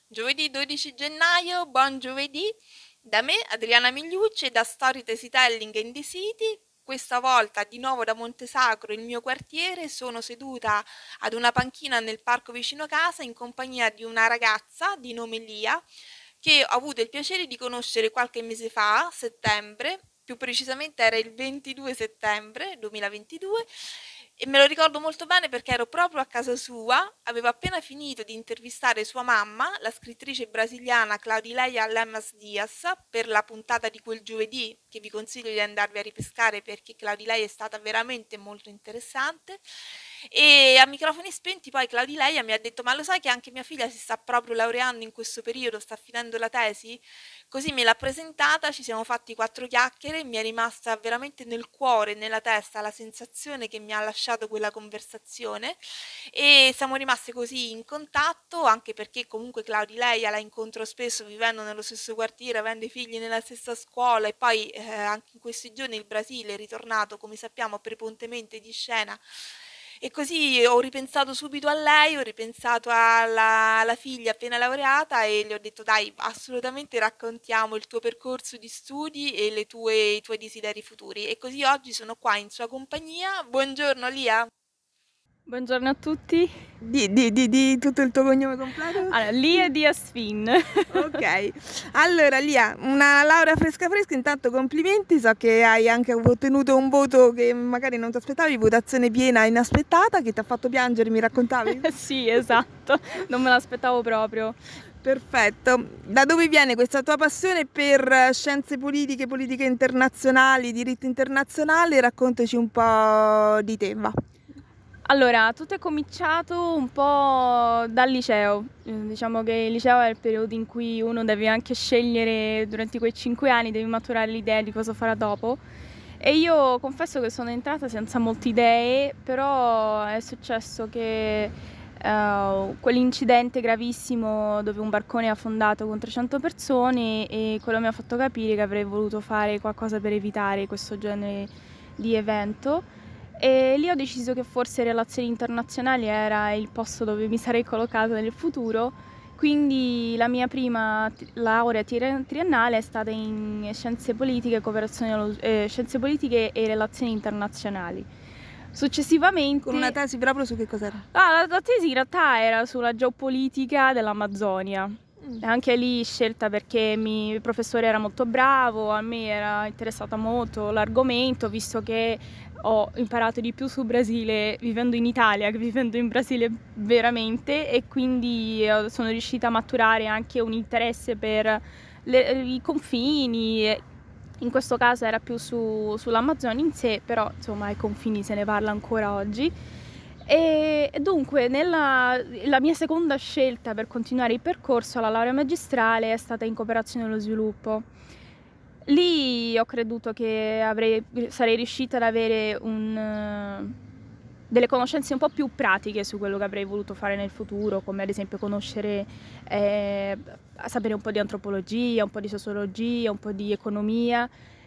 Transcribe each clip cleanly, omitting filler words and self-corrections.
Giovedì 12 gennaio, buon giovedì, da me Adriana Migliucci e da Storytelling in the City. Questa volta di nuovo da Montesacro, il mio quartiere, sono seduta ad una panchina nel parco vicino casa in compagnia di una ragazza di nome Lia che ho avuto il piacere di conoscere qualche mese fa, a settembre, più precisamente era il 22 settembre 2022 e me lo ricordo molto bene perché ero proprio a casa sua, avevo appena finito di intervistare sua mamma, la scrittrice brasiliana Claudileia Lemas Dias, per la puntata di quel giovedì che vi consiglio di andarvi a ripescare perché Claudileia è stata veramente molto interessante. E a microfoni spenti poi Claudileia mi ha detto: ma lo sai che anche mia figlia si sta proprio laureando in questo periodo, sta finendo la tesi? Così me l'ha presentata, ci siamo fatti quattro chiacchiere, mi è rimasta veramente nel cuore, nella testa la sensazione che mi ha lasciato quella conversazione e siamo rimaste così in contatto, anche perché comunque Claudileia la incontro spesso vivendo nello stesso quartiere, avendo i figli nella stessa scuola e poi anche in questi giorni il Brasile è ritornato, come sappiamo, prepotentemente di scena e così ho ripensato subito a lei, ho ripensato alla figlia appena laureata e le ho detto dai, assolutamente raccontiamo il tuo percorso di studi e i tuoi desideri futuri. E così oggi sono qua in sua compagnia. Buongiorno Lia. Buongiorno a tutti. Di tutto il tuo cognome completo? Allora, Lia di Asfin. Ok, allora Lia, una laurea fresca fresca, intanto complimenti, so che hai anche ottenuto un voto che magari non ti aspettavi, votazione piena inaspettata, che ti ha fatto piangere, mi raccontavi? Sì, esatto, non me l'aspettavo proprio. Perfetto, da dove viene questa tua passione per scienze politiche, politiche internazionali, diritto internazionale? Raccontaci un po' di te, va. Allora, tutto è cominciato un po' dal liceo. Diciamo che il liceo è il periodo in cui uno deve anche scegliere, durante quei 5 anni, devi maturare l'idea di cosa farà dopo. E io confesso che sono entrata senza molte idee, però è successo che quell'incidente gravissimo dove un barcone è affondato con 300 persone e quello mi ha fatto capire che avrei voluto fare qualcosa per evitare questo genere di evento. E lì ho deciso che forse relazioni internazionali era il posto dove mi sarei collocata nel futuro, quindi la mia prima laurea triennale è stata in scienze politiche, scienze politiche e relazioni internazionali. Successivamente... Con una tesi proprio su che cos'era? La tesi in realtà era sulla geopolitica dell'Amazzonia. Anche lì scelta perché il professore era molto bravo, a me era interessata molto l'argomento, visto che ho imparato di più sul Brasile vivendo in Italia che vivendo in Brasile veramente e quindi sono riuscita a maturare anche un interesse per i confini. In questo caso era più sull'Amazzonia in sé, però insomma ai confini se ne parla ancora oggi. E dunque la mia seconda scelta per continuare il percorso alla laurea magistrale è stata in cooperazione allo sviluppo. Lì ho creduto che sarei riuscita ad avere delle conoscenze un po' più pratiche su quello che avrei voluto fare nel futuro, come ad esempio sapere un po' di antropologia, un po' di sociologia, un po' di economia.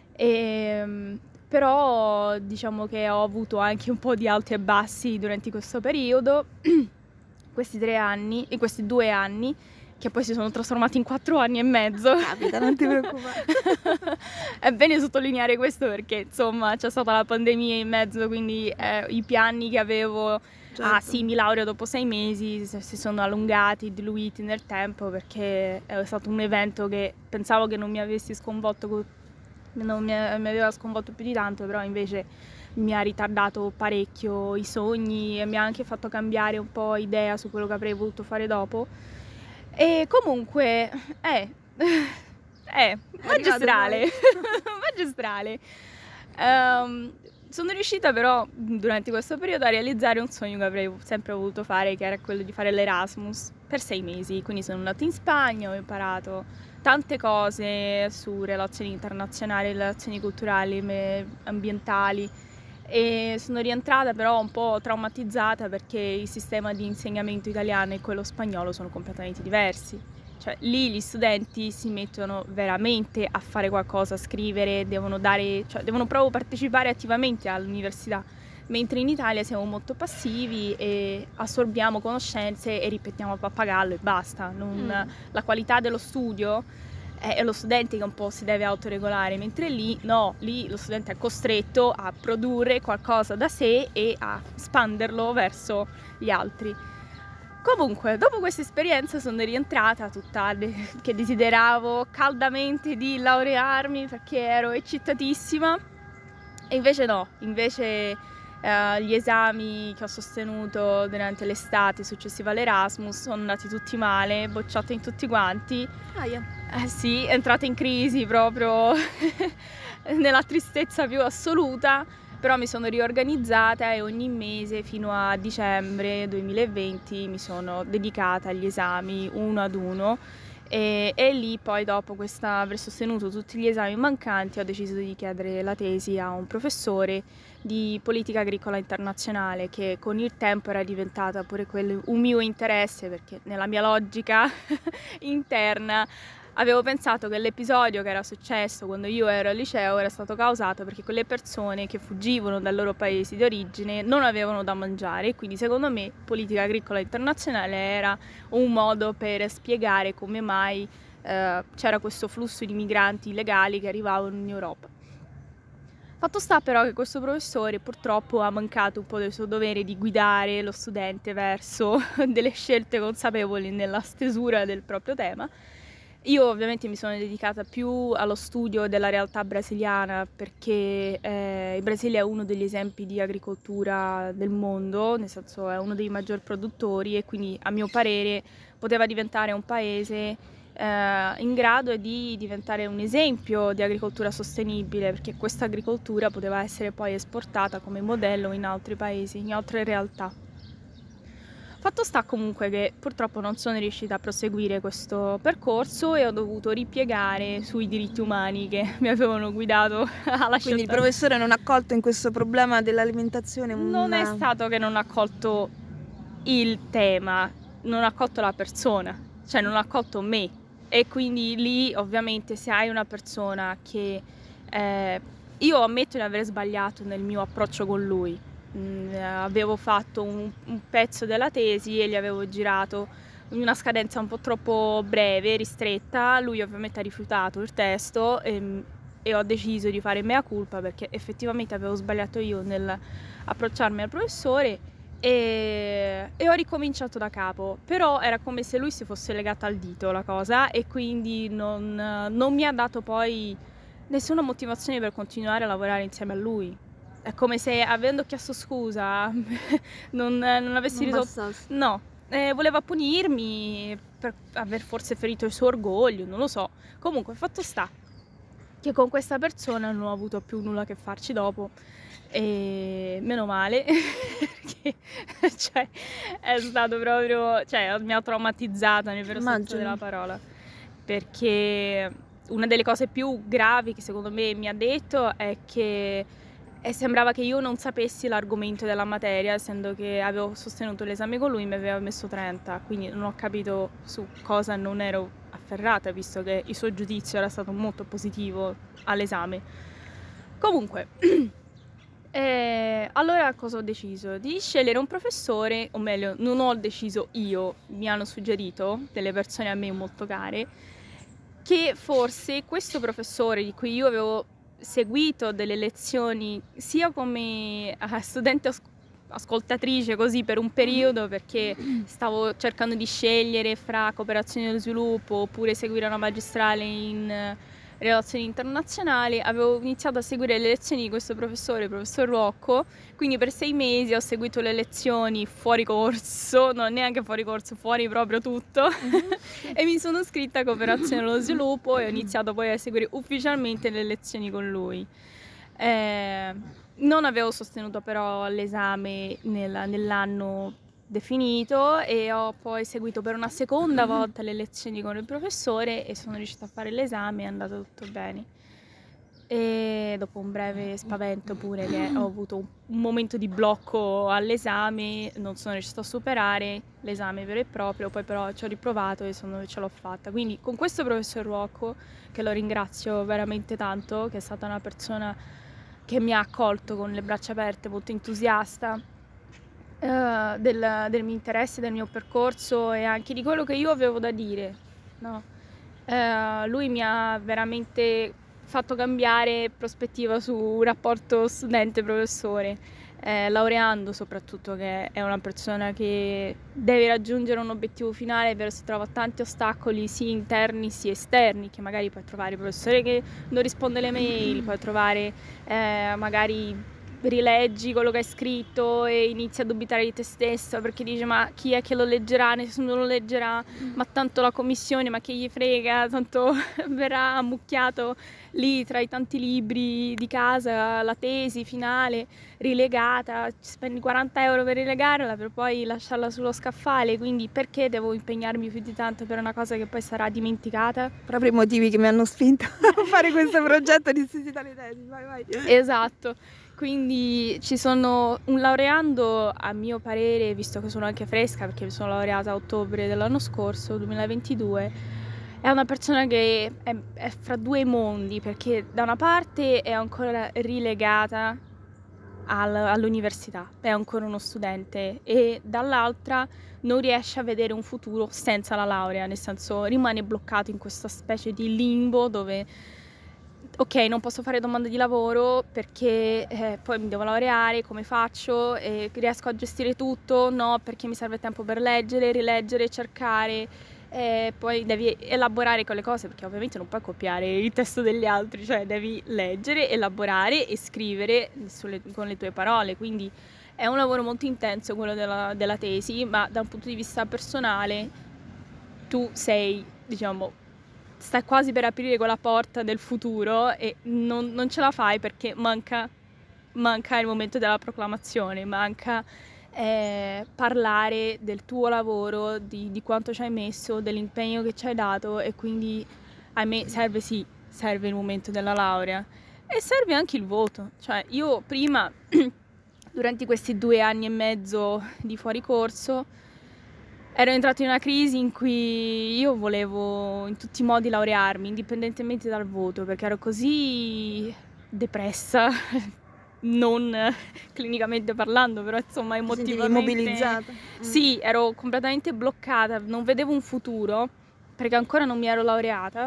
Però diciamo che ho avuto anche un po' di alti e bassi durante questo periodo, questi 3 anni, in questi 2 anni, che poi si sono trasformati in 4 anni e mezzo. Capita, non ti preoccupare. È bene sottolineare questo perché insomma c'è stata la pandemia in mezzo, quindi i piani che avevo, Certo. sì, mi laureo dopo 6 mesi, si sono allungati, diluiti nel tempo perché è stato un evento che pensavo che non mi avessi sconvolto, non mi aveva sconvolto più di tanto, però invece mi ha ritardato parecchio i sogni e mi ha anche fatto cambiare un po' idea su quello che avrei voluto fare dopo. E comunque, magistrale, magistrale. Sono riuscita però durante questo periodo a realizzare un sogno che avrei sempre voluto fare, che era quello di fare l'Erasmus per 6 mesi. Quindi sono andata in Spagna, ho imparato tante cose su relazioni internazionali, relazioni culturali, ambientali e sono rientrata però un po' traumatizzata perché il sistema di insegnamento italiano e quello spagnolo sono completamente diversi. Cioè lì gli studenti si mettono veramente a fare qualcosa, a scrivere, devono proprio partecipare attivamente all'università. mentre in Italia siamo molto passivi e assorbiamo conoscenze e ripetiamo a pappagallo e basta. La qualità dello studio è lo studente che un po' si deve autoregolare, mentre lì no, lì lo studente è costretto a produrre qualcosa da sé e a spanderlo verso gli altri. Comunque, dopo questa esperienza sono rientrata tutta che desideravo caldamente di laurearmi perché ero eccitatissima, e invece no, gli esami che ho sostenuto durante l'estate successiva all'Erasmus sono andati tutti male, bocciata in tutti quanti. Sì, entrata in crisi proprio nella tristezza più assoluta, però mi sono riorganizzata e ogni mese fino a dicembre 2020 mi sono dedicata agli esami uno ad uno e lì poi dopo aver sostenuto tutti gli esami mancanti ho deciso di chiedere la tesi a un professore di politica agricola internazionale, che con il tempo era diventata pure quello un mio interesse, perché nella mia logica interna avevo pensato che l'episodio che era successo quando io ero al liceo era stato causato perché quelle persone che fuggivano dai loro paesi di origine non avevano da mangiare, e quindi secondo me politica agricola internazionale era un modo per spiegare come mai c'era questo flusso di migranti illegali che arrivavano in Europa. Fatto sta però che questo professore purtroppo ha mancato un po' del suo dovere di guidare lo studente verso delle scelte consapevoli nella stesura del proprio tema. Io ovviamente mi sono dedicata più allo studio della realtà brasiliana, perché il Brasile è uno degli esempi di agricoltura del mondo, nel senso è uno dei maggiori produttori, e quindi a mio parere poteva diventare un paese in grado di diventare un esempio di agricoltura sostenibile, perché questa agricoltura poteva essere poi esportata come modello in altri paesi, in altre realtà. Fatto sta comunque che purtroppo non sono riuscita a proseguire questo percorso e ho dovuto ripiegare sui diritti umani che mi avevano guidato alla scelta. Quindi il professore non ha colto in questo problema dell'alimentazione Non è stato che non ha colto il tema, non ha colto la persona, cioè non ha colto me, e quindi lì ovviamente se hai una persona che io ammetto di aver sbagliato nel mio approccio con lui. Avevo fatto un pezzo della tesi e gli avevo girato in una scadenza un po' troppo breve, ristretta. Lui ovviamente ha rifiutato il testo e ho deciso di fare mea culpa, perché effettivamente avevo sbagliato io nell'approcciarmi al professore e ho ricominciato da capo. Però era come se lui si fosse legato al dito la cosa, e quindi non mi ha dato poi nessuna motivazione per continuare a lavorare insieme a lui. È come se, avendo chiesto scusa, non avessi risolto. No, voleva punirmi per aver forse ferito il suo orgoglio, non lo so. Comunque, fatto sta che con questa persona non ho avuto più nulla a che farci dopo, e meno male, perché cioè, è stato proprio, cioè, mi ha traumatizzata nel vero senso della parola, perché una delle cose più gravi che secondo me mi ha detto è che sembrava che io non sapessi l'argomento della materia, essendo che avevo sostenuto l'esame con lui e mi aveva messo 30, quindi non ho capito su cosa non ero afferrata, visto che il suo giudizio era stato molto positivo all'esame. Comunque, allora cosa ho deciso? Di scegliere un professore, o meglio, non ho deciso io, mi hanno suggerito delle persone a me molto care, che forse questo professore di cui io avevo seguito delle lezioni sia come studente ascoltatrice così per un periodo, perché stavo cercando di scegliere fra cooperazione allo sviluppo oppure seguire una magistrale in relazioni internazionali, avevo iniziato a seguire le lezioni di questo professore, il professor Rocco, quindi per 6 mesi ho seguito le lezioni fuori corso, non neanche fuori corso, fuori proprio tutto, e mi sono iscritta a cooperazione allo sviluppo e ho iniziato poi a seguire ufficialmente le lezioni con lui. Non avevo sostenuto però l'esame nell'anno definito e ho poi seguito per una seconda volta le lezioni con il professore e sono riuscita a fare l'esame, è andato tutto bene. E dopo un breve spavento pure, che ho avuto un momento di blocco all'esame, non sono riuscita a superare l'esame vero e proprio, poi però ci ho riprovato e ce l'ho fatta. Quindi con questo professor Rocco, che lo ringrazio veramente tanto, che è stata una persona che mi ha accolto con le braccia aperte, molto entusiasta del mio interesse, del mio percorso e anche di quello che io avevo da dire, no? Lui mi ha veramente fatto cambiare prospettiva su rapporto studente-professore, laureando soprattutto, che è una persona che deve raggiungere un obiettivo finale, però si trova tanti ostacoli sia interni sia esterni, che magari puoi trovare il professore che non risponde alle mail, puoi trovare magari rileggi quello che hai scritto e inizi a dubitare di te stesso perché dici ma chi è che lo leggerà, nessuno lo leggerà, ma tanto la commissione, ma che gli frega, tanto verrà ammucchiato lì tra i tanti libri di casa, la tesi finale rilegata, spendi 40 euro per rilegarla per poi lasciarla sullo scaffale, quindi perché devo impegnarmi più di tanto per una cosa che poi sarà dimenticata? Proprio i motivi che mi hanno spinto a fare questo progetto di Sisi dalle tesi, vai. Esatto. Quindi ci sono un laureando, a mio parere, visto che sono anche fresca perché mi sono laureata a ottobre dell'anno scorso, 2022, è una persona che è fra due mondi, perché da una parte è ancora rilegata all'università, è ancora uno studente, e dall'altra non riesce a vedere un futuro senza la laurea, nel senso rimane bloccato in questa specie di limbo dove ok, non posso fare domande di lavoro perché poi mi devo laureare, come faccio? Riesco a gestire tutto? No, perché mi serve tempo per leggere, rileggere, cercare, poi devi elaborare quelle cose perché ovviamente non puoi copiare il testo degli altri, cioè devi leggere, elaborare e scrivere con le tue parole, quindi è un lavoro molto intenso quello della tesi, ma da un punto di vista personale tu sei, diciamo, stai quasi per aprire quella porta del futuro e non ce la fai perché manca il momento della proclamazione, manca parlare del tuo lavoro, di quanto ci hai messo, dell'impegno che ci hai dato, e quindi a me serve il momento della laurea e serve anche il voto. Cioè io prima, durante questi 2 anni e mezzo di fuori corso, ero entrata in una crisi in cui io volevo in tutti i modi laurearmi, indipendentemente dal voto, perché ero così depressa, non clinicamente parlando, però insomma emotivamente. Immobilizzata. Sì, ero completamente bloccata, non vedevo un futuro, perché ancora non mi ero laureata,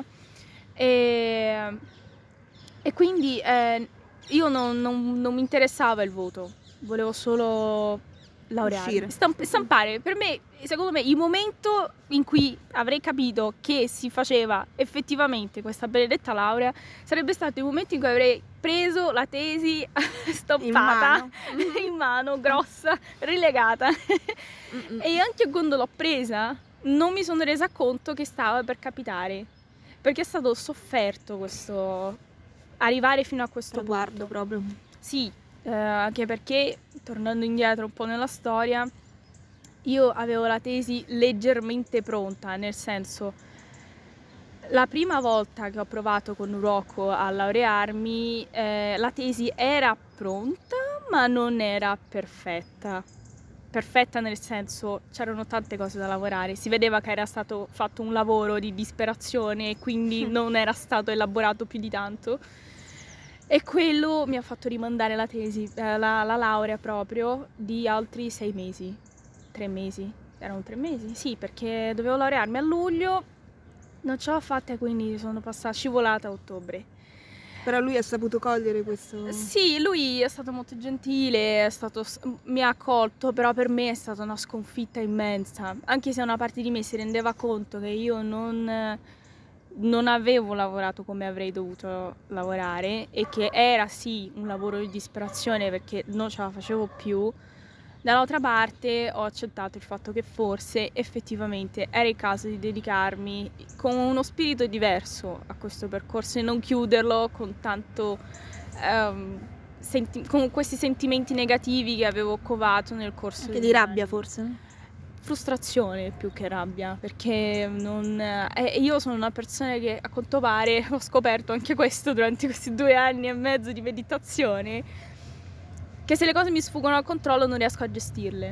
e quindi io non mi interessava il voto, volevo solo laurearmi, stampare. Per me, secondo me, il momento in cui avrei capito che si faceva effettivamente questa benedetta laurea sarebbe stato il momento in cui avrei preso la tesi stampata in mano grossa, rilegata e anche quando l'ho presa non mi sono resa conto che stava per capitare, perché è stato sofferto questo arrivare fino a questo traguardo punto. proprio. Sì, anche perché, tornando indietro un po' nella storia, io avevo la tesi leggermente pronta, nel senso, la prima volta che ho provato con Rocco a laurearmi, la tesi era pronta, ma non era perfetta. Perfetta nel senso, c'erano tante cose da lavorare, si vedeva che era stato fatto un lavoro di disperazione e quindi non era stato elaborato più di tanto. E quello mi ha fatto rimandare la tesi, la laurea proprio, di altri 6 mesi, 3 mesi, erano 3 mesi, sì, perché dovevo laurearmi a luglio, non ce l'ho fatta e quindi sono scivolata a ottobre. Però lui ha saputo cogliere questo? Sì, lui è stato molto gentile, mi ha accolto, però per me è stata una sconfitta immensa, anche se una parte di me si rendeva conto che io non avevo lavorato come avrei dovuto lavorare e che era sì un lavoro di disperazione perché non ce la facevo più. Dall'altra parte ho accettato il fatto che forse effettivamente era il caso di dedicarmi con uno spirito diverso a questo percorso e non chiuderlo con tanto con questi sentimenti negativi che avevo covato nel corso anche di rabbia forse? Frustrazione più che rabbia, perché io sono una persona che a quanto pare ho scoperto anche questo durante questi 2 anni e mezzo di meditazione, che se le cose mi sfuggono al controllo non riesco a gestirle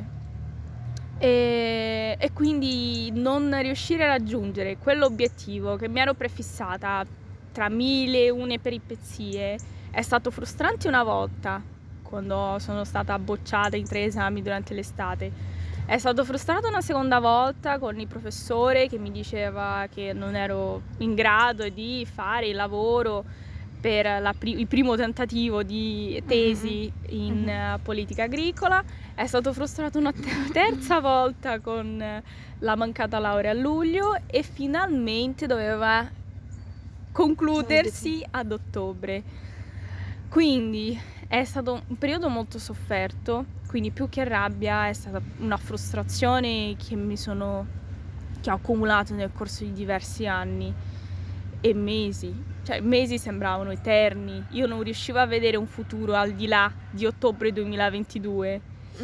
e quindi non riuscire a raggiungere quell'obiettivo che mi ero prefissata tra 1001 peripezie È stato frustrante una volta, quando sono stata bocciata in 3 esami durante l'estate. È stato frustrato una seconda volta con il professore che mi diceva che non ero in grado di fare il lavoro per il primo tentativo di tesi in politica agricola. È stato frustrato una terza volta con la mancata laurea a luglio e finalmente doveva concludersi ad ottobre. Quindi è stato un periodo molto sofferto, quindi più che rabbia è stata una frustrazione che ho accumulato nel corso di diversi anni e mesi. Cioè, mesi sembravano eterni. Io non riuscivo a vedere un futuro al di là di ottobre 2022.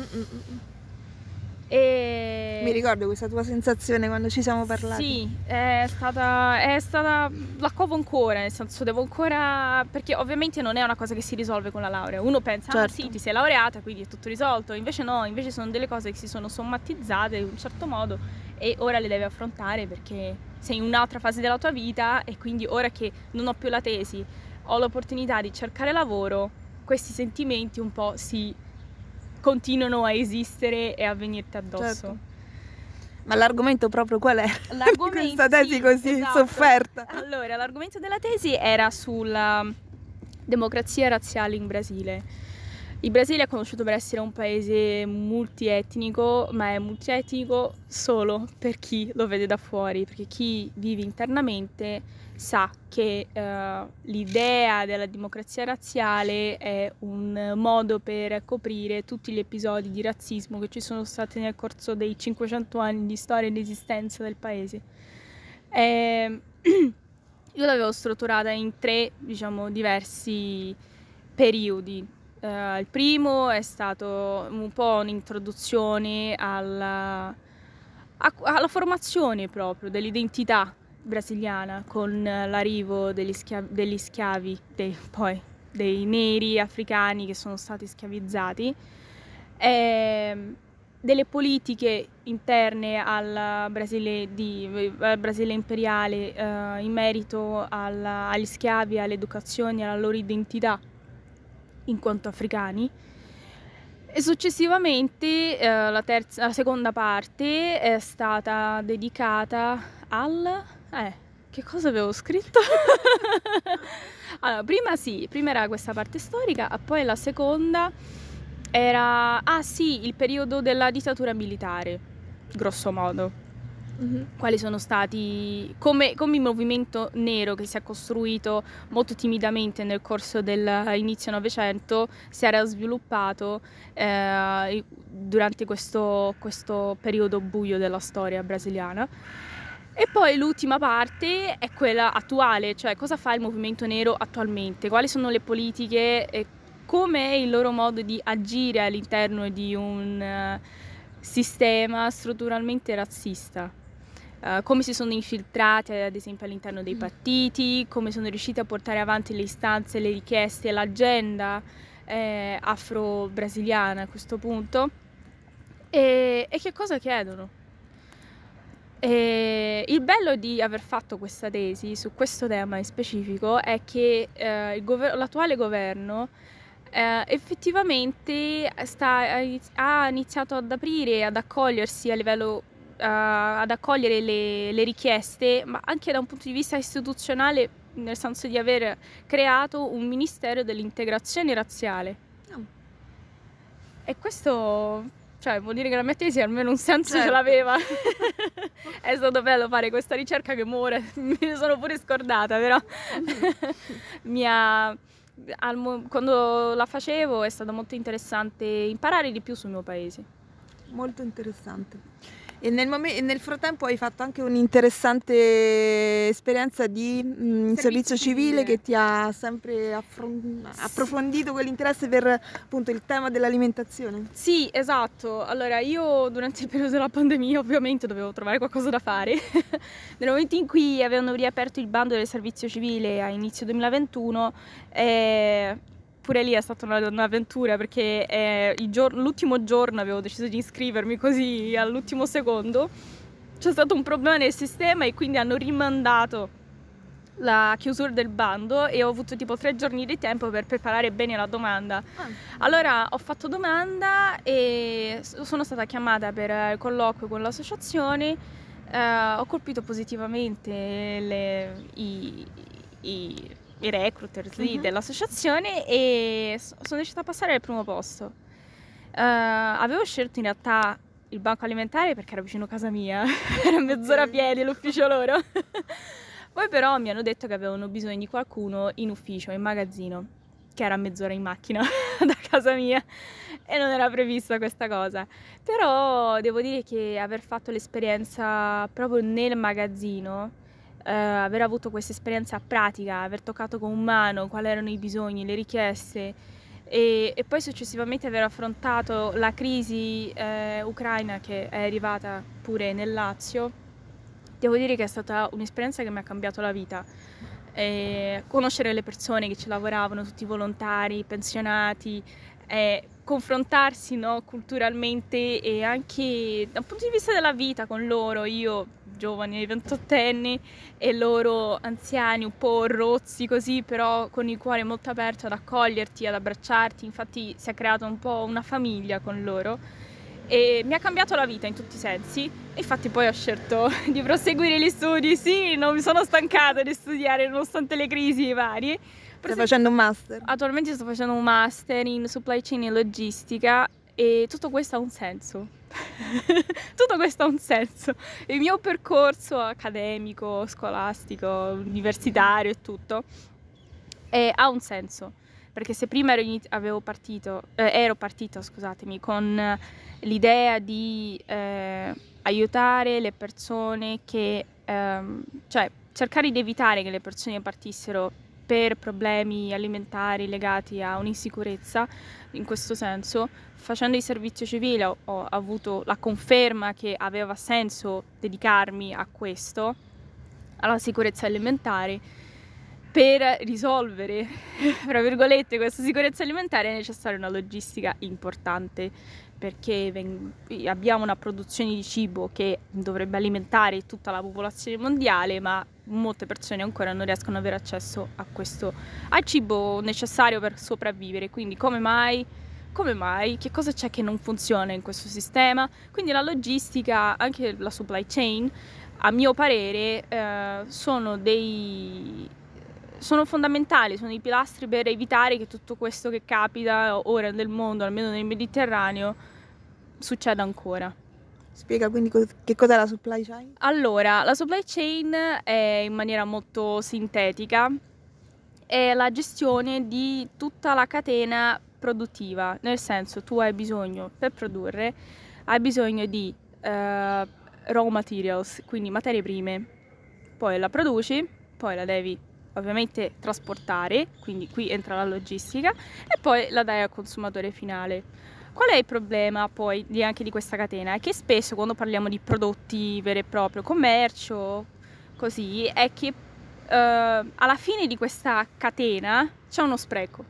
E mi ricordo questa tua sensazione quando ci siamo parlati. Sì, è stata la covo ancora, nel senso devo ancora, perché ovviamente non è una cosa che si risolve con la laurea. Uno pensa, certo. Ah sì, ti sei laureata, quindi è tutto risolto. Invece no, invece sono delle cose che si sono sommatizzate in un certo modo e ora le devi affrontare perché sei in un'altra fase della tua vita e quindi ora che non ho più la tesi, ho l'opportunità di cercare lavoro, questi sentimenti un po' si continuano a esistere e a venirti addosso. Certo. Ma l'argomento proprio qual è? L'argomento, questa tesi così esatto. sofferta. Allora, l'argomento della tesi era sulla democrazia razziale in Brasile. Il Brasile è conosciuto per essere un paese multietnico, ma è multietnico solo per chi lo vede da fuori, perché chi vive internamente sa che l'idea della democrazia razziale è un modo per coprire tutti gli episodi di razzismo che ci sono stati nel corso dei 500 anni di storia e di esistenza del paese. Io l'avevo strutturata in 3, diversi periodi. Il primo è stato un po' un'introduzione alla formazione proprio dell'identità brasiliana con l'arrivo dei neri africani che sono stati schiavizzati, delle politiche interne al Brasile imperiale in merito agli schiavi, all'educazione, alla loro identità in quanto africani. E successivamente la seconda parte è stata dedicata che cosa avevo scritto? Allora, prima era questa parte storica, e poi la seconda era, il periodo della dittatura militare, grosso modo. Quali sono stati, come il movimento nero che si è costruito molto timidamente nel corso dell'inizio Novecento si era sviluppato durante questo periodo buio della storia brasiliana. E poi l'ultima parte è quella attuale, cioè cosa fa il movimento nero attualmente, quali sono le politiche e come è il loro modo di agire all'interno di un sistema strutturalmente razzista. Come si sono infiltrati ad esempio all'interno dei partiti, come sono riusciti a portare avanti le istanze, le richieste, l'agenda afro-brasiliana a questo punto e che cosa chiedono. Il bello di aver fatto questa tesi su questo tema in specifico è che l'attuale governo effettivamente ha iniziato ad aprire, ad accogliersi a livello ad accogliere le richieste, ma anche da un punto di vista istituzionale, nel senso di aver creato un Ministero dell'integrazione razziale. E questo, vuol dire che la mia tesi almeno un senso ce l'aveva. È stato bello fare questa ricerca che ora mi sono pure scordata, però quando la facevo è stato molto interessante imparare di più sul mio paese. Molto interessante. E nel frattempo hai fatto anche un'interessante esperienza di servizio civile che ti ha sempre approfondito quell'interesse per appunto il tema dell'alimentazione. Sì, esatto. Allora io durante il periodo della pandemia ovviamente dovevo trovare qualcosa da fare. Nel momento in cui avevano riaperto il bando del servizio civile a inizio 2021 pure lì è stata un'avventura perché l'ultimo giorno avevo deciso di iscrivermi così all'ultimo secondo. C'è stato un problema nel sistema e quindi hanno rimandato la chiusura del bando e ho avuto tipo 3 giorni di tempo per preparare bene la domanda. Allora ho fatto domanda e sono stata chiamata per il colloquio con l'associazione, ho colpito positivamente i recruiters lì dell'associazione e sono riuscita a passare al primo posto. Avevo scelto in realtà il banco alimentare perché era vicino a casa mia, era mezz'ora a piedi l'ufficio loro. Poi però mi hanno detto che avevano bisogno di qualcuno in ufficio, in magazzino, che era mezz'ora in macchina da casa mia e non era prevista questa cosa. Però devo dire che aver fatto l'esperienza proprio nel magazzino, aver avuto questa esperienza pratica, aver toccato con mano quali erano i bisogni, le richieste e poi successivamente aver affrontato la crisi ucraina che è arrivata pure nel Lazio, devo dire che è stata un'esperienza che mi ha cambiato la vita. Conoscere le persone che ci lavoravano, tutti i volontari, i pensionati, confrontarsi, no, culturalmente e anche dal punto di vista della vita con loro, io giovane, 28enni e loro anziani, un po' rozzi così, però con il cuore molto aperto ad accoglierti, ad abbracciarti, infatti si è creata un po' una famiglia con loro. E mi ha cambiato la vita in tutti i sensi, infatti poi ho scelto di proseguire gli studi, sì, non mi sono stancata di studiare nonostante le crisi varie. Stai facendo un master? Attualmente sto facendo un master in supply chain e logistica e tutto questo ha un senso. Tutto questo ha un senso. Il mio percorso accademico, scolastico, universitario e tutto ha un senso. Perché se prima ero partita, scusatemi, con l'idea di aiutare le persone cioè cercare di evitare che le persone partissero per problemi alimentari legati a un'insicurezza, in questo senso, facendo il servizio civile ho avuto la conferma che aveva senso dedicarmi a questo, alla sicurezza alimentare. Per risolvere, tra virgolette, questa sicurezza alimentare è necessaria una logistica importante perché abbiamo una produzione di cibo che dovrebbe alimentare tutta la popolazione mondiale, ma molte persone ancora non riescono ad avere accesso al cibo necessario per sopravvivere. Quindi come mai? Che cosa c'è che non funziona in questo sistema? Quindi la logistica, anche la supply chain, a mio parere, sono fondamentali, sono i pilastri per evitare che tutto questo che capita ora nel mondo, almeno nel Mediterraneo, succeda ancora. Spiega quindi che cos'è la supply chain? Allora, la supply chain è in maniera molto sintetica, è la gestione di tutta la catena produttiva, nel senso tu hai bisogno per produrre, hai bisogno di raw materials, quindi materie prime, poi la produci, poi la devi ovviamente trasportare, quindi qui entra la logistica, e poi la dai al consumatore finale. Qual è il problema poi anche di questa catena? È che spesso quando parliamo di prodotti veri e propri, commercio, così, è che alla fine di questa catena c'è uno spreco.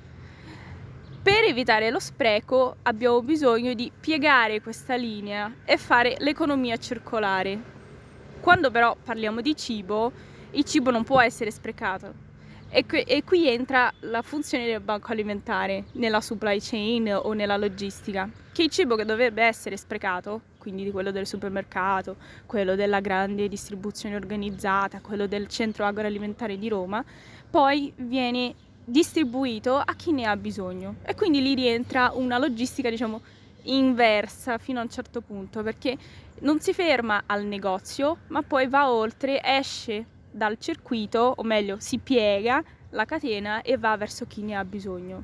Per evitare lo spreco abbiamo bisogno di piegare questa linea e fare l'economia circolare. Quando però parliamo di cibo, il cibo non può essere sprecato e qui entra la funzione del banco alimentare nella supply chain o nella logistica, che il cibo che dovrebbe essere sprecato, quindi di quello del supermercato, quello della grande distribuzione organizzata, quello del centro agroalimentare di Roma, poi viene distribuito a chi ne ha bisogno e quindi lì rientra una logistica, diciamo, inversa fino a un certo punto, perché non si ferma al negozio ma poi va oltre, esce dal circuito, o meglio si piega la catena e va verso chi ne ha bisogno.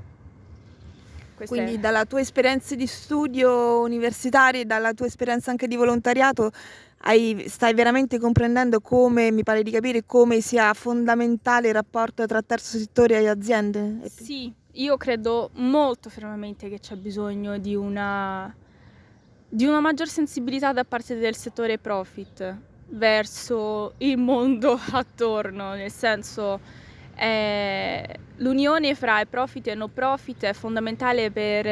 Quindi dalla tua esperienza di studio universitario e dalla tua esperienza anche di volontariato stai veramente comprendendo come, mi pare di capire, come sia fondamentale il rapporto tra terzo settore e aziende? Sì, io credo molto fermamente che c'è bisogno di una maggior sensibilità da parte del settore profit verso il mondo attorno, nel senso l'unione fra i profit e no profit è fondamentale per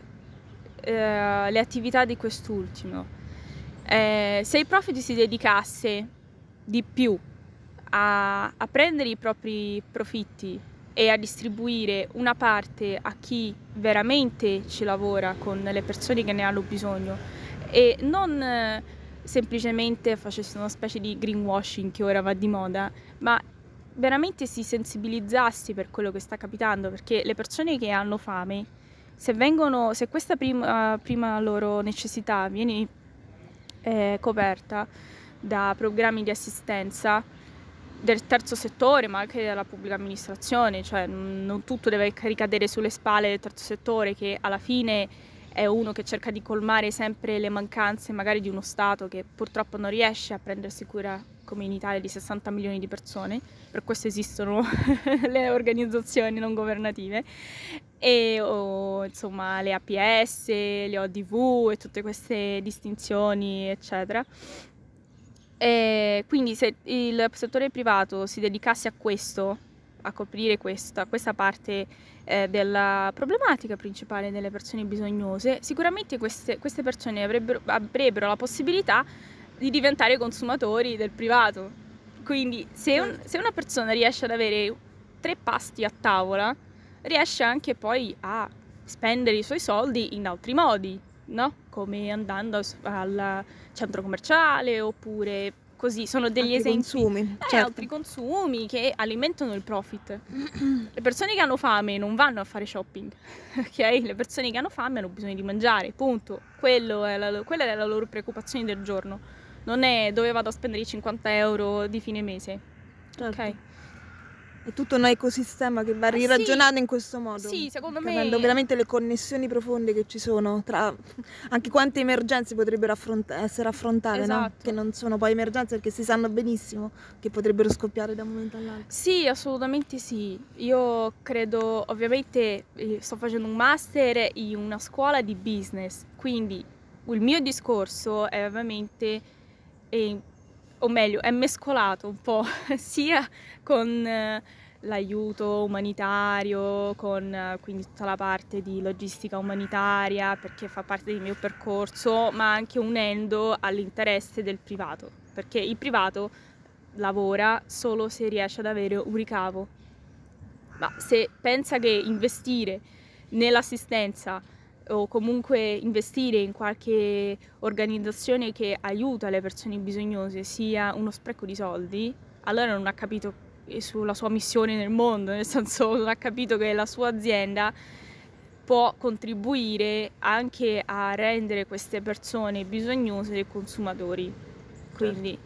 le attività di quest'ultimo. Se il profit si dedicasse di più a prendere i propri profitti e a distribuire una parte a chi veramente ci lavora con le persone che ne hanno bisogno e non semplicemente facesse una specie di greenwashing che ora va di moda, ma veramente si sensibilizzasse per quello che sta capitando, perché le persone che hanno fame, se questa prima loro necessità viene coperta da programmi di assistenza del terzo settore, ma anche della pubblica amministrazione, cioè non tutto deve ricadere sulle spalle del terzo settore, che alla fine è uno che cerca di colmare sempre le mancanze magari di uno Stato che purtroppo non riesce a prendersi cura, come in Italia, di 60 milioni di persone. Per questo esistono le organizzazioni non governative e insomma le APS, le ODV e tutte queste distinzioni eccetera. E quindi se il settore privato si dedicasse a questo, a coprire questa parte della problematica principale delle persone bisognose, sicuramente queste persone avrebbero la possibilità di diventare consumatori del privato. Quindi se una persona riesce ad avere 3 pasti a tavola, riesce anche poi a spendere i suoi soldi in altri modi, no? Come andando al centro commerciale oppure così, sono degli Altri esempi. consumi, certo. Altri consumi che alimentano il profit. Le persone che hanno fame non vanno a fare shopping, ok? Le persone che hanno fame hanno bisogno di mangiare, punto. Quella è la loro preoccupazione del giorno. Non è dove vado a spendere i 50 euro di fine mese, Certo. ok? È tutto un ecosistema che va riragionato in questo modo. Sì, secondo me. Capendo veramente le connessioni profonde che ci sono tra anche quante emergenze potrebbero essere affrontate, no? Esatto. Che non sono poi emergenze perché si sanno benissimo che potrebbero scoppiare da un momento all'altro. Sì, assolutamente sì. Io credo, ovviamente, sto facendo un master in una scuola di business, quindi il mio discorso è ovviamente, o meglio, è mescolato un po' sia con l'aiuto umanitario, con quindi tutta la parte di logistica umanitaria, perché fa parte del mio percorso, ma anche unendo all'interesse del privato, perché il privato lavora solo se riesce ad avere un ricavo, ma se pensa che investire nell'assistenza o comunque investire in qualche organizzazione che aiuta le persone bisognose sia uno spreco di soldi, allora non ha capito sulla sua missione nel mondo, nel senso non ha capito che la sua azienda può contribuire anche a rendere queste persone bisognose dei consumatori. Quindi,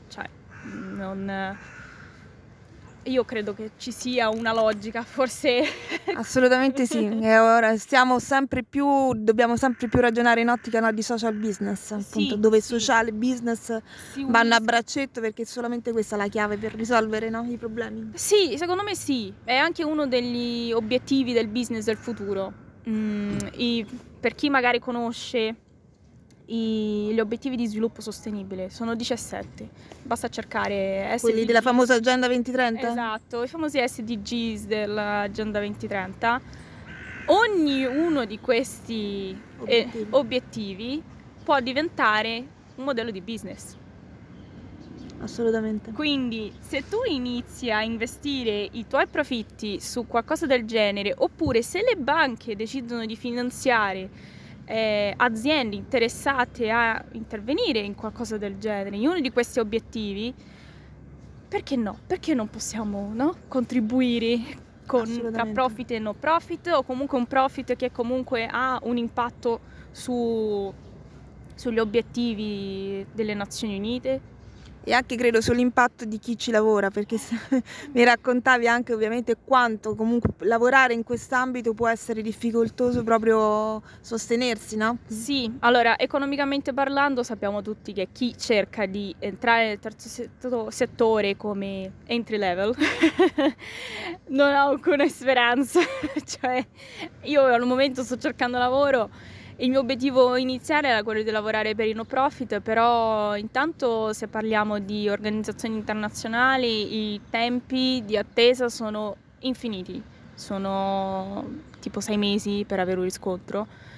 io credo che ci sia una logica, forse. Assolutamente sì, e ora dobbiamo sempre più ragionare in ottica di social business, appunto, Sì, dove sì. sociale e business Si vanno a uniscono. braccetto, perché è solamente questa la chiave per risolvere, no, i problemi. Sì, secondo me sì, è anche uno degli obiettivi del business del futuro. Per chi magari conosce gli obiettivi di sviluppo sostenibile, sono 17, basta cercare Quelli SDG. della famosa Agenda 2030? Esatto, i famosi SDGs dell'Agenda 2030. Ognuno di questi obiettivi può diventare un modello di business. Assolutamente. Quindi se tu inizi a investire i tuoi profitti su qualcosa del genere, oppure se le banche decidono di finanziare aziende interessate a intervenire in qualcosa del genere, in uno di questi obiettivi, perché no? Perché non possiamo, no? Contribuire tra profit e no profit, o comunque un profit che comunque ha un impatto sugli obiettivi delle Nazioni Unite. E anche credo sull'impatto di chi ci lavora, perché mi raccontavi anche ovviamente quanto comunque lavorare in quest'ambito può essere difficoltoso proprio sostenersi, no? Sì, allora economicamente parlando sappiamo tutti che chi cerca di entrare nel terzo settore come entry level non ha alcuna speranza. Cioè, io al momento sto cercando lavoro. Il mio obiettivo iniziale era quello di lavorare per i no profit, però intanto se parliamo di organizzazioni internazionali i tempi di attesa sono infiniti, sono tipo 6 mesi per avere un riscontro,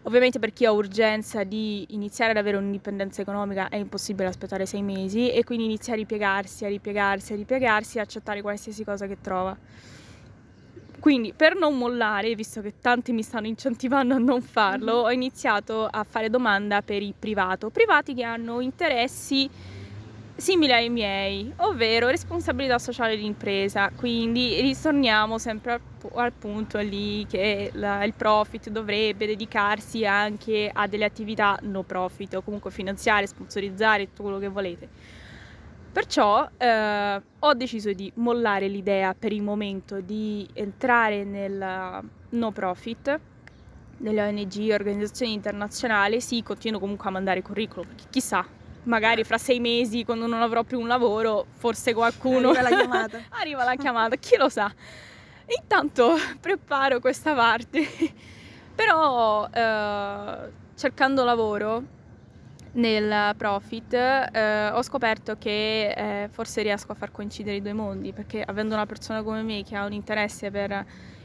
Ovviamente per chi ha urgenza di iniziare ad avere un'indipendenza economica è impossibile aspettare 6 mesi e quindi inizia a ripiegarsi, a accettare qualsiasi cosa che trova. Quindi per non mollare, visto che tanti mi stanno incentivando a non farlo, ho iniziato a fare domanda per i privati che hanno interessi simili ai miei, ovvero responsabilità sociale di impresa. Quindi ritorniamo sempre al punto lì che il profit dovrebbe dedicarsi anche a delle attività no profit o comunque finanziare, sponsorizzare, tutto quello che volete. Perciò ho deciso di mollare l'idea per il momento di entrare nel no profit, nelle ONG, organizzazioni internazionali. Sì, continuo comunque a mandare curriculum, perché chissà, magari fra 6 mesi, quando non avrò più un lavoro, forse qualcuno... Arriva la chiamata, chi lo sa. Intanto preparo questa parte. Però cercando lavoro nel profit ho scoperto che forse riesco a far coincidere i due mondi, perché avendo una persona come me che ha un interesse per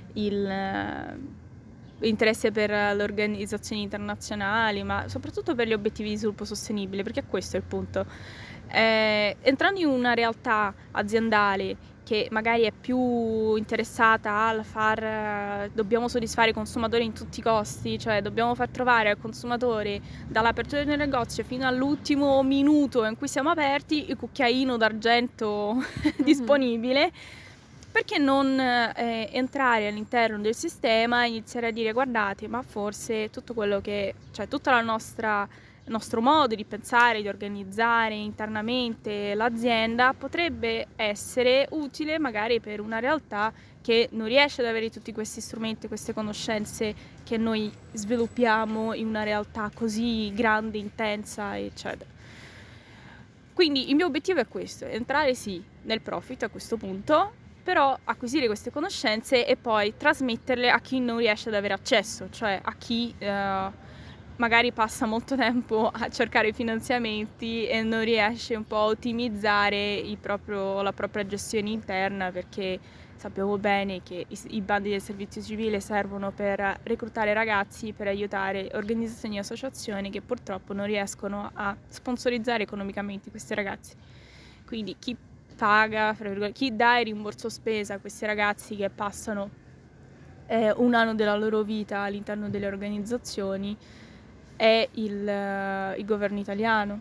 le organizzazioni internazionali, ma soprattutto per gli obiettivi di sviluppo sostenibile, perché questo è il punto. Entrando in una realtà aziendale che magari è più interessata al dobbiamo soddisfare i consumatori in tutti i costi, cioè dobbiamo far trovare al consumatore dall'apertura del negozio fino all'ultimo minuto in cui siamo aperti il cucchiaino d'argento disponibile. Perché non entrare all'interno del sistema e iniziare a dire guardate, ma forse tutto quello cioè tutta il nostro modo di pensare, di organizzare internamente l'azienda potrebbe essere utile magari per una realtà che non riesce ad avere tutti questi strumenti, queste conoscenze che noi sviluppiamo in una realtà così grande, intensa, eccetera. Quindi il mio obiettivo è questo, entrare sì nel profit a questo punto, però acquisire queste conoscenze e poi trasmetterle a chi non riesce ad avere accesso, cioè a chi magari passa molto tempo a cercare finanziamenti e non riesce un po' a ottimizzare la propria gestione interna, perché sappiamo bene che i bandi del servizio civile servono per reclutare ragazzi, per aiutare organizzazioni e associazioni che purtroppo non riescono a sponsorizzare economicamente questi ragazzi. Quindi chi paga, chi dà il rimborso spesa a questi ragazzi che passano un anno della loro vita all'interno delle organizzazioni è il governo italiano.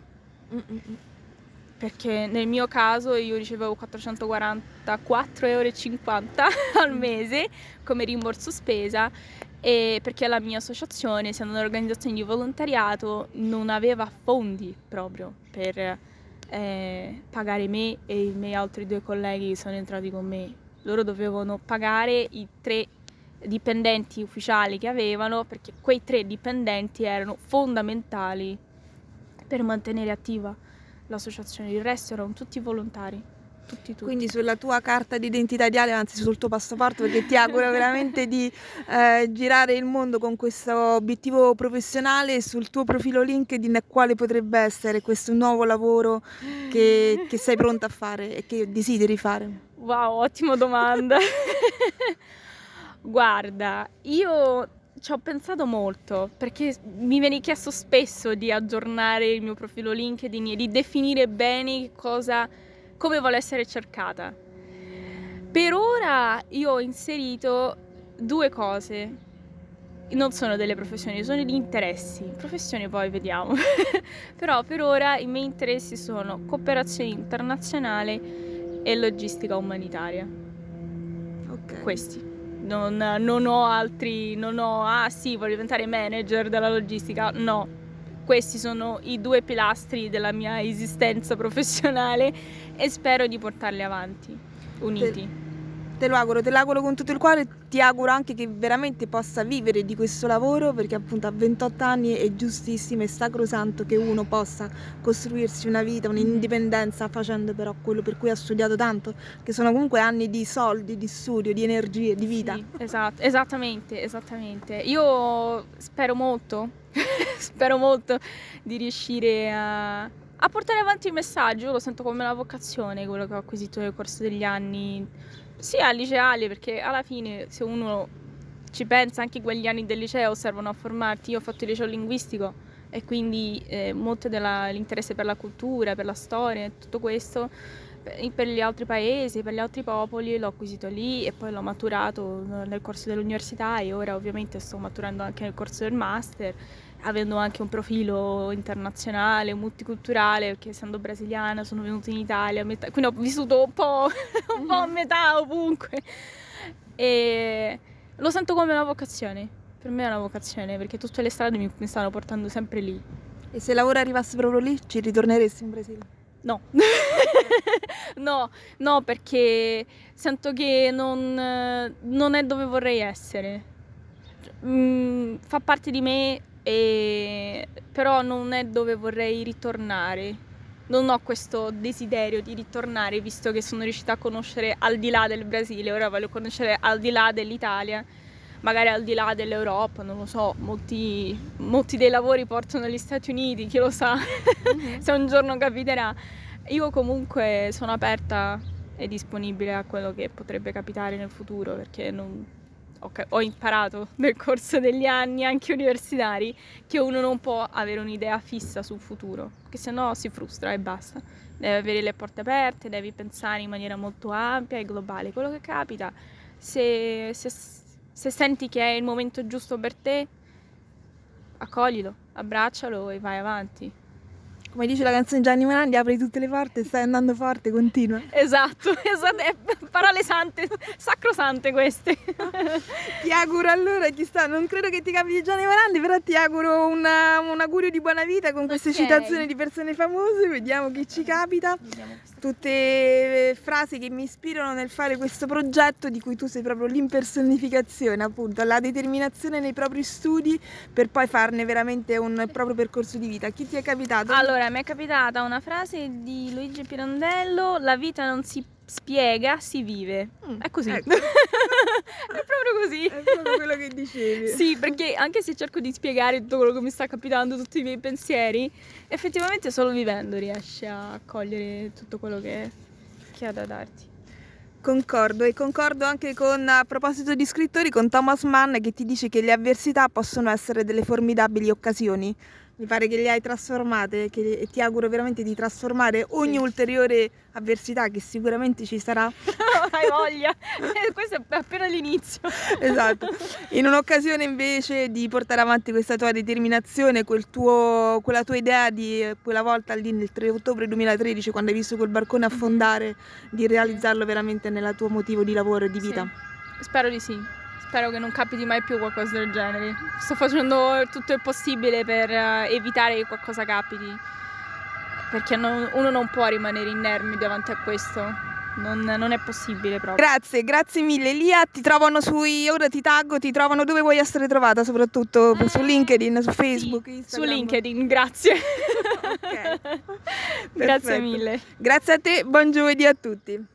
Perché nel mio caso io ricevevo 444,50 euro al mese come rimborso spesa, e perché la mia associazione, essendo un'organizzazione di volontariato, non aveva fondi proprio per pagare me e i miei altri 2 colleghi che sono entrati con me. Loro dovevano pagare i 3 dipendenti ufficiali che avevano, perché quei 3 dipendenti erano fondamentali per mantenere attiva l'associazione. Il resto erano tutti volontari. Tutti. Quindi sulla tua carta d'identità ideale, anzi sul tuo passaporto, perché ti auguro veramente di girare il mondo con questo obiettivo professionale, sul tuo profilo LinkedIn quale potrebbe essere questo nuovo lavoro che sei pronta a fare e che desideri fare? Wow, ottima domanda. Guarda, io ci ho pensato molto, perché mi viene chiesto spesso di aggiornare il mio profilo LinkedIn e di definire bene come vuole essere cercata. Per ora io ho inserito 2 cose, non sono delle professioni, sono degli interessi. Professioni poi vediamo. Però per ora i miei interessi sono cooperazione internazionale e logistica umanitaria. Ok. Questi. Non ho altri, sì, voglio diventare manager della logistica, no. Questi sono i 2 pilastri della mia esistenza professionale e spero di portarli avanti, uniti. Te lo auguro con tutto il cuore, ti auguro anche che veramente possa vivere di questo lavoro, perché appunto a 28 anni è giustissimo e sacrosanto che uno possa costruirsi una vita, un'indipendenza facendo però quello per cui ha studiato tanto, che sono comunque anni di soldi, di studio, di energie, di vita. Sì, esatto, esattamente. Io spero molto di riuscire a portare avanti il messaggio. Io lo sento come una vocazione, quello che ho acquisito nel corso degli anni, sia liceali, perché alla fine se uno ci pensa, anche quegli anni del liceo servono a formarti. Io ho fatto il liceo linguistico e quindi molto dell'interesse per la cultura, per la storia, tutto questo per gli altri paesi, per gli altri popoli l'ho acquisito lì e poi l'ho maturato nel corso dell'università e ora ovviamente sto maturando anche nel corso del master, avendo anche un profilo internazionale, multiculturale, perché essendo brasiliana sono venuta in Italia, quindi ho vissuto un po' a metà ovunque e lo sento come una vocazione, per me è una vocazione perché tutte le strade mi stanno portando sempre lì. E se lavoro arrivasse proprio lì, ci ritorneresti in Brasile? No, no, perché sento che non è dove vorrei essere. Fa parte di me, però non è dove vorrei ritornare. Non ho questo desiderio di ritornare, visto che sono riuscita a conoscere al di là del Brasile, ora voglio conoscere al di là dell'Italia, magari al di là dell'Europa, non lo so, molti dei lavori portano agli Stati Uniti, chi lo sa, se un giorno capiterà. Io comunque sono aperta e disponibile a quello che potrebbe capitare nel futuro, perché ho imparato nel corso degli anni, anche universitari, che uno non può avere un'idea fissa sul futuro, perché sennò si frustra e basta. Devi avere le porte aperte, devi pensare in maniera molto ampia e globale. Quello che capita, se senti che è il momento giusto per te, accoglilo, abbraccialo e vai avanti. Come dice la canzone di Gianni Morandi, apri tutte le porte, stai andando forte, continua. Esatto, parole sante, sacrosante queste. Ti auguro allora, chissà, non credo che ti capiti Gianni Morandi, però ti auguro un augurio di buona vita con queste citazioni di persone famose, vediamo chi ci capita. Tutte frasi che mi ispirano nel fare questo progetto di cui tu sei proprio l'impersonificazione, appunto, la determinazione nei propri studi per poi farne veramente un proprio percorso di vita. Chi ti è capitato? Allora, mi è capitata una frase di Luigi Pirandello: la vita non si spiega, si vive. È così. Ecco. È proprio così. È proprio quello che dicevi. Sì, perché anche se cerco di spiegare tutto quello che mi sta capitando, tutti i miei pensieri, effettivamente solo vivendo riesci a cogliere tutto quello che ha da darti. Concordo, e concordo anche con, a proposito di scrittori, con Thomas Mann, che ti dice che le avversità possono essere delle formidabili occasioni. Mi pare che le hai trasformate e ti auguro veramente di trasformare ogni ulteriore avversità che sicuramente ci sarà. Hai voglia, questo è appena l'inizio. Esatto, in un'occasione invece di portare avanti questa tua determinazione, quella tua idea di quella volta lì nel 3 ottobre 2013, quando hai visto quel barcone affondare, di realizzarlo veramente nel tuo motivo di lavoro e di vita. Sì. Spero di sì. Spero che non capiti mai più qualcosa del genere. Sto facendo tutto il possibile per evitare che qualcosa capiti, perché uno non può rimanere inermi davanti a questo. Non è possibile proprio. Grazie mille Lia, ti trovano ora ti taggo, ti trovano dove vuoi essere trovata, soprattutto su LinkedIn, su Facebook, sì, Instagram. Su LinkedIn, grazie. Okay. Grazie mille. Grazie a te, buon giovedì a tutti.